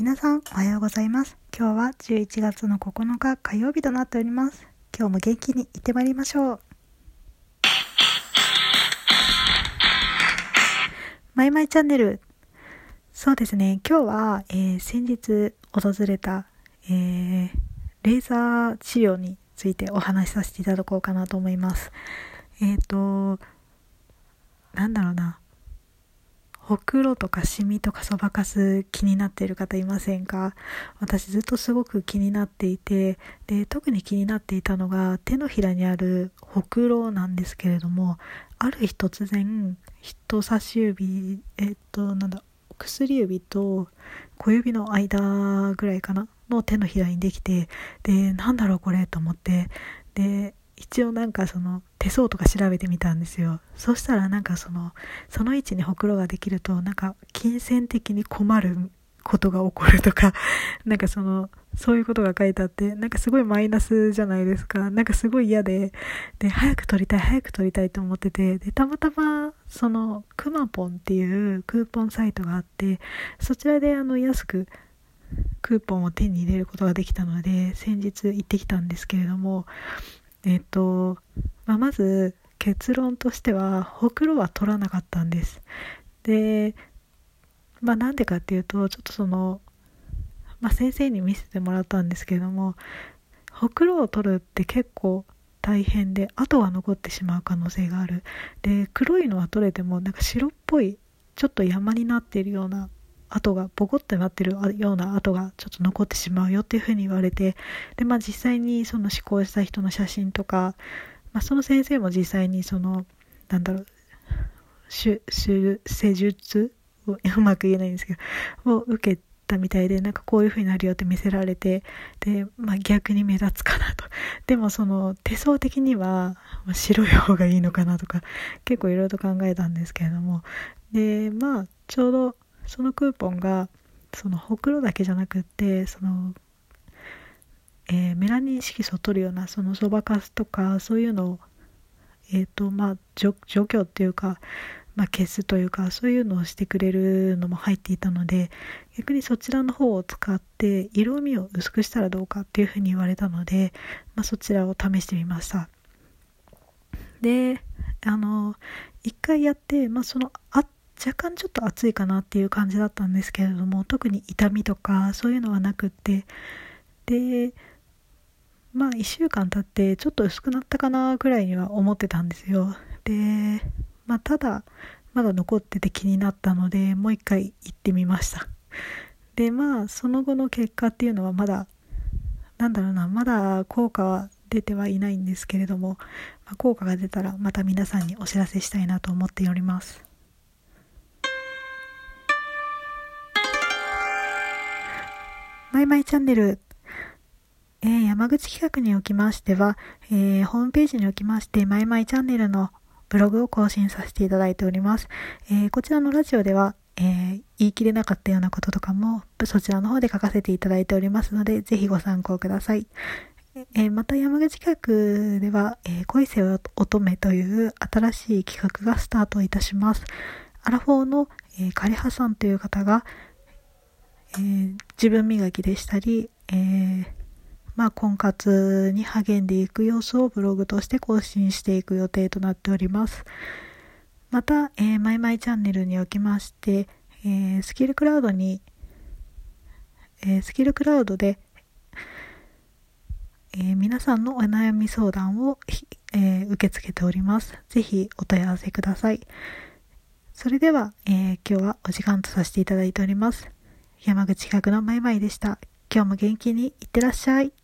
皆さんおはようございます。今日は11月の9日火曜日となっております。今日も元気にいってまいりましょう。マイマイチャンネル。そうですね、今日は、先日訪れた、レーザー治療についてお話しさせていただこうかなと思います。ほくろとかシミとかそばかす気になっている方いませんか？私ずっとすごく気になっていて、で特に気になっていたのが手のひらにあるほくろなんですけれども、ある日突然人差し指薬指と小指の間ぐらいかなの手のひらにできて、でなんだろうこれと思って、で一応その手相とか調べてみたんですよ。そしたらその位置にほくろができると金銭的に困ることが起こるとかそういうことが書いてあって、すごいマイナスじゃないですか。すごい嫌で早く取りたいと思ってて、でたまたまそのくまポンっていうクーポンサイトがあって、そちらで安くクーポンを手に入れることができたので先日行ってきたんですけれども、まず結論としてはほくろは取らなかったんです。でなんでかっていうと、ちょっと先生に見せてもらったんですけれども、ほくろを取るって結構大変で跡が残ってしまう可能性がある。で黒いのは取れても白っぽいちょっと山になっているような跡がボコってなってるような跡がちょっと残ってしまうよっていうふうに言われて、で実際にその施行した人の写真とか、その先生も実際に施術をうまく言えないんですけどを受けたみたいで、こういう風になるよって見せられて、で逆に目立つかなと。でもその手相的には白い方がいいのかなとか結構いろいろと考えたんですけれども、でちょうどそのクーポンがそのほくろだけじゃなくってメラニン色素を取るようなそのそばかすとかそういうのを除去っていうか消すというかそういうのをしてくれるのも入っていたので、逆にそちらの方を使って色味を薄くしたらどうかっていうふうに言われたので、そちらを試してみました。で一回やって若干ちょっと暑いかなっていう感じだったんですけれども、特に痛みとかそういうのはなくって、で1週間経ってちょっと薄くなったかなぐらいには思ってたんですよ。でただまだ残ってて気になったのでもう一回行ってみました。でその後の結果っていうのはまだ効果は出てはいないんですけれども、効果が出たらまた皆さんにお知らせしたいなと思っております。マイマイチャンネル、山口企画におきましては、ホームページにおきましてマイマイチャンネルのブログを更新させていただいております。こちらのラジオでは、言い切れなかったようなこととかもそちらの方で書かせていただいておりますので、ぜひご参考ください。また山口企画では、恋せよ乙女という新しい企画がスタートいたします。アラフォーの、枯葉さんという方が、自分磨きでしたり、婚活に励んでいく様子をブログとして更新していく予定となっております。また、マイマイチャンネルにおきまして、スキルクラウドで、皆さんのお悩み相談を、受け付けております。ぜひお問い合わせください。それでは、今日はお時間とさせていただいております。山口企画のマイマイでした。今日も元気にいってらっしゃい。